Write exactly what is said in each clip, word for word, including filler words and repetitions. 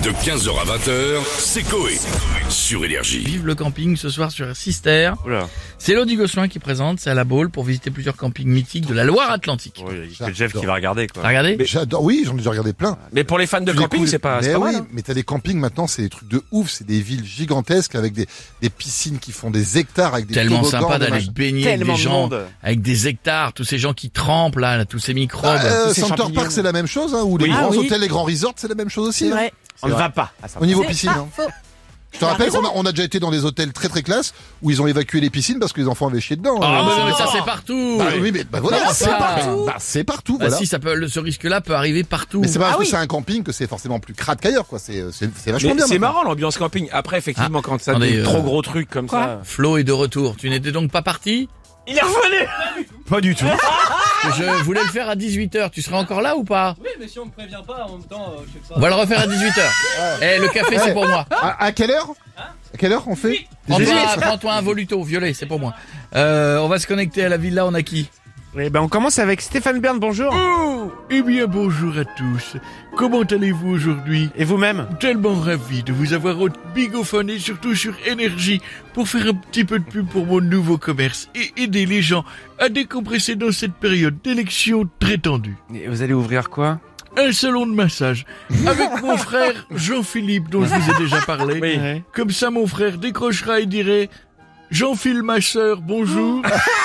De quinze heures à vingt heures, c'est Coé. Sur Énergie. Vive le camping ce soir sur Sister. Oula. C'est Elodie Gossuin qui présente, c'est à la Baule pour visiter plusieurs campings mythiques de la Loire-Atlantique. Oui, il y a que Jeff qui va regarder, quoi. T'as regardé? Mais j'adore, oui, j'en ai déjà regardé plein. Mais pour les fans de Tous les camping, coups, c'est pas, c'est mais pas oui, mal. hein. mais t'as des campings maintenant, c'est des trucs de ouf, c'est des villes gigantesques avec des, des piscines qui font des hectares avec des Tellement toboggans, sympa des d'aller machins. baigner avec Tellement des de gens, monde. avec des hectares, tous ces gens qui trempent là, là, tous ces microbes. Ah, euh, tous ces Center champignons. Park, c'est la même chose, hein, ou les Oui. grands Ah oui. hôtels, les grands resorts, c'est la même chose aussi. C'est hein. vrai. On ne va pas à ça. Au niveau C'est piscine. pas hein. faux. Je te rappelle qu'on a, on a déjà été dans des hôtels très très classe où ils ont évacué les piscines parce que les enfants avaient chié dedans. Ah, hein. bah, mais ça c'est partout. Bah oui, mais bah voilà, Comment c'est ça partout. Bah, c'est partout, Bah voilà. si, ça peut, le- ce risque-là peut arriver partout. Mais c'est pas parce Ah que oui. c'est un camping que c'est forcément plus crade qu'ailleurs, quoi. C'est, c'est, c'est vachement Mais bien. c'est maintenant. marrant l'ambiance camping. Après, effectivement, Ah, quand ça attendez, devient euh, trop gros trucs comme quoi ça. Flo est de retour. Tu n'étais donc pas parti? Il est revenu. Pas du tout. Je voulais le faire à dix-huit heures. Tu seras encore là ou pas? Oui, mais si on me prévient pas en même temps, euh, je sais que ça. On va le refaire à dix-huit heures. Eh, le café c'est pour moi. À, à quelle heure À quelle heure on fait Prends-toi, prends-toi un voluto violet, c'est pour moi. Euh, on va se connecter à la villa, on a qui? Eh ben on commence avec Stéphane Bern, bonjour. Oh, eh bien bonjour à tous. Comment allez-vous aujourd'hui? Et vous-même? Tellement ravi de vous avoir au bigophone et surtout sur Énergie pour faire un petit peu de pub pour mon nouveau commerce et aider les gens à décompresser dans cette période d'élection très tendue. Et vous allez ouvrir quoi? Un salon de massage avec mon frère Jean-Philippe dont je vous ai déjà parlé. Oui. Ouais. Comme ça mon frère décrochera et dirait Jean-Phil ma sœur, bonjour.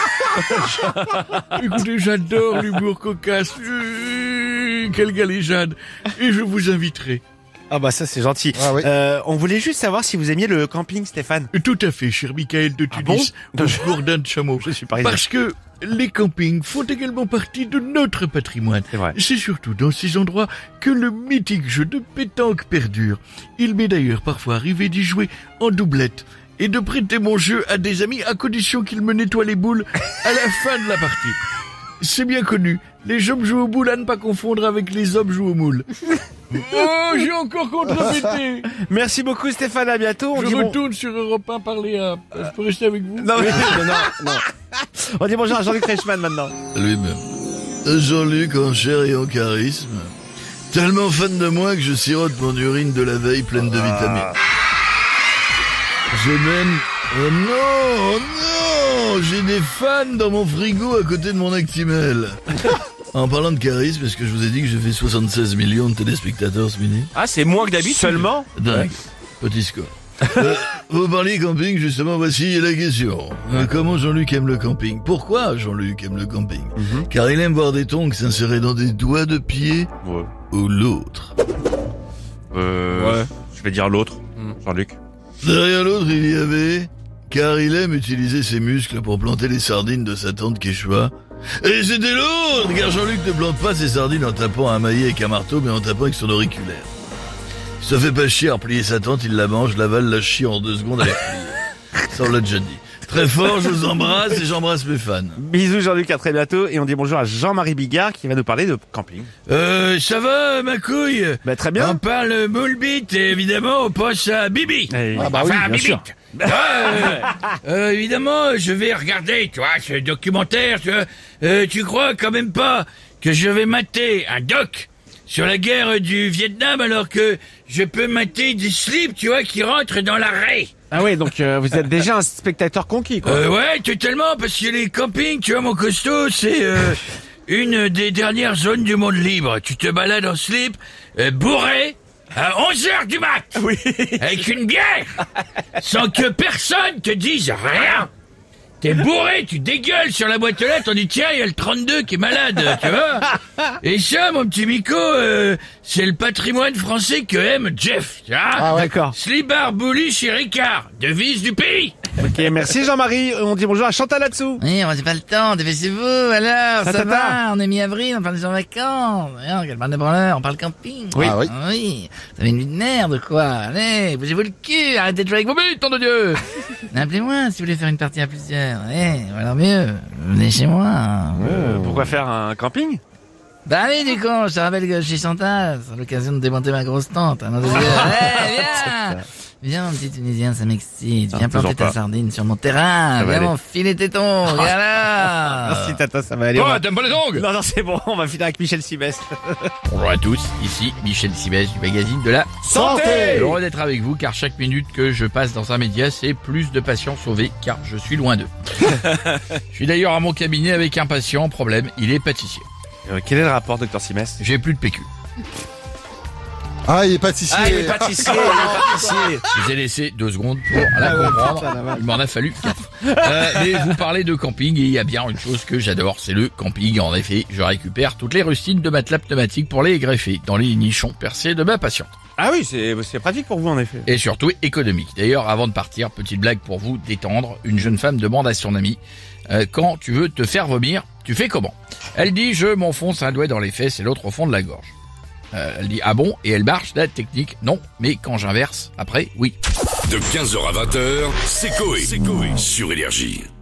Écoutez, j'adore l'humour cocasse. Euh, Quelle galéjade. Et je vous inviterai. Ah bah ça c'est gentil. Ah oui. Euh, on voulait juste savoir si vous aimiez le camping, Stéphane. Tout à fait, cher Michael de Ah Tunis, bon au Gourdin de Chameau. Je suis parisien. Parce que les campings font également partie de notre patrimoine. C'est vrai. C'est surtout dans ces endroits que le mythique jeu de pétanque perdure. Il m'est d'ailleurs parfois arrivé d'y jouer en doublette et de prêter mon jeu à des amis à condition qu'ils me nettoient les boules à la fin de la partie. C'est bien connu, les hommes jouent aux boules à ne pas confondre avec les hommes jouent aux moules. Oh, j'ai encore contrepété. Merci beaucoup Stéphane, à bientôt. On Je dit, bon... retourne sur Europe un parler à... Je peux rester avec vous? non, mais- non, non, non. On dit bonjour à Jean-Luc Reichmann maintenant. Lui-même. Jean-Luc en chair et en charisme. Tellement fan de moi que je sirote mon urine de la veille pleine de vitamines. J'ai même... Oh non, oh non, j'ai des fans dans mon frigo à côté de mon Actimel. En parlant de charisme, est-ce que je vous ai dit que j'ai fait soixante-seize millions de téléspectateurs ce midi? Ah, c'est moins que d'habitude. Seulement? Dingue. Petit score. Euh, vous parliez camping, justement, voici la question. Euh, comment Jean-Luc aime le camping? Pourquoi Jean-Luc aime le camping? Car il aime voir des tongs s'insérer dans des doigts de pied Ouais. ou l'autre. Euh, ouais. Je vais dire l'autre. Jean-Luc. Derrière l'autre, il y avait... Car il aime utiliser ses muscles pour planter les sardines de sa tante Quechua. Et c'était l'autre, car Jean-Luc ne plante pas ses sardines en tapant un maillet avec un marteau, mais en tapant avec son auriculaire. Il se fait pas chier à replier sa tante, il la mange, l'avale, la chie en deux secondes, elle est repliée. Ça, on l'a déjà dit. Très fort, je vous embrasse et j'embrasse mes fans. Bisous Jean-Luc, à très bientôt. Et on dit bonjour à Jean-Marie Bigard qui va nous parler de camping. Euh, ça va, ma couille? Bah très bien. On parle moule bite, et évidemment, on passe à Bibi. Eh, Ah bah oui, Enfin, bien sûr. Bibite. Euh, euh, évidemment, je vais regarder, tu vois, ce documentaire, tu vois. Euh, tu crois quand même pas que je vais mater un doc sur la guerre du Vietnam alors que je peux mater des slips, tu vois, qui rentrent dans l'arrêt. Ah oui, donc euh, vous êtes déjà un spectateur conquis quoi. Euh, ouais, totalement, parce que les campings, tu vois, mon costaud, c'est euh, une des dernières zones du monde libre. Tu te balades en slip, euh, bourré, à onze heures du mat, Oui. avec une bière, sans que personne te dise rien. T'es bourré, tu dégueules sur la boîte aux lettres, on dit tiens, il y a le trente-deux qui est malade, tu vois. Et ça, mon petit Miko, euh, c'est le patrimoine français que aime Jeff, tu vois. Ah ouais. D'accord. Slibard, Bouliche et Ricard, devise du pays. Ok, merci Jean-Marie. On dit bonjour à Chantal là-dessous. Oui, on n'a pas le temps, dépêchez-vous, alors, Ça ça, tata. va, on est mi-avril, on parle des gens en vacances. Regarde, quelle bande de branleurs, on parle camping. Oui. Ah oui. Ah oui, vous avez une vie de merde, quoi. Allez, bougez-vous le cul, arrêtez de jouer avec vos buts, nom de Dieu. Appelez-moi si vous voulez faire une partie à plusieurs. Eh, ou alors mieux, venez chez moi. Euh, pourquoi faire un camping? Bah allez, du con, je te rappelle que je suis Chantal, c'est l'occasion de démonter ma grosse tante. Hein, nom de Dieu. Allez, viens. Viens, mon petit Tunisien, ça m'excite. Ah, Viens planter toujours ta pas. sardine sur mon terrain. Ça va Viens aller. m'enfiler tes tongs. Voilà. Merci Tata, ça va aller. on Quoi, va- t'aimes pas les ongles? Non, non, c'est bon, on va finir avec Michel Simès. Bonjour à tous, ici Michel Sibès du magazine de la Santé. Heureux d'être avec vous car chaque minute que je passe dans un média c'est plus de patients sauvés car je suis loin d'eux. Je suis d'ailleurs à mon cabinet avec un patient, problème, il est pâtissier. Euh, quel est le rapport, docteur Simès? J'ai plus de P Q. Ah, il est pâtissier. Ah, il est pâtissier, il est pâtissier. Je vous ai laissé deux secondes pour la comprendre. Il m'en a fallu quatre. Euh, mais vous parlez de camping et il y a bien une chose que j'adore, c'est le camping. En effet, je récupère toutes les rustines de matelas pneumatiques pour les greffer dans les nichons percés de ma patiente. Ah oui, c'est c'est pratique pour vous, en effet. Et surtout économique. D'ailleurs, avant de partir, petite blague pour vous détendre, une jeune femme demande à son amie euh, quand tu veux te faire vomir, tu fais comment? Elle dit je m'enfonce un doigt dans les fesses et l'autre au fond de la gorge. Euh, elle dit ah bon, et elle marche la technique? Non, mais quand j'inverse, après, oui. De quinze heures à vingt heures, c'est Coé sur Énergie.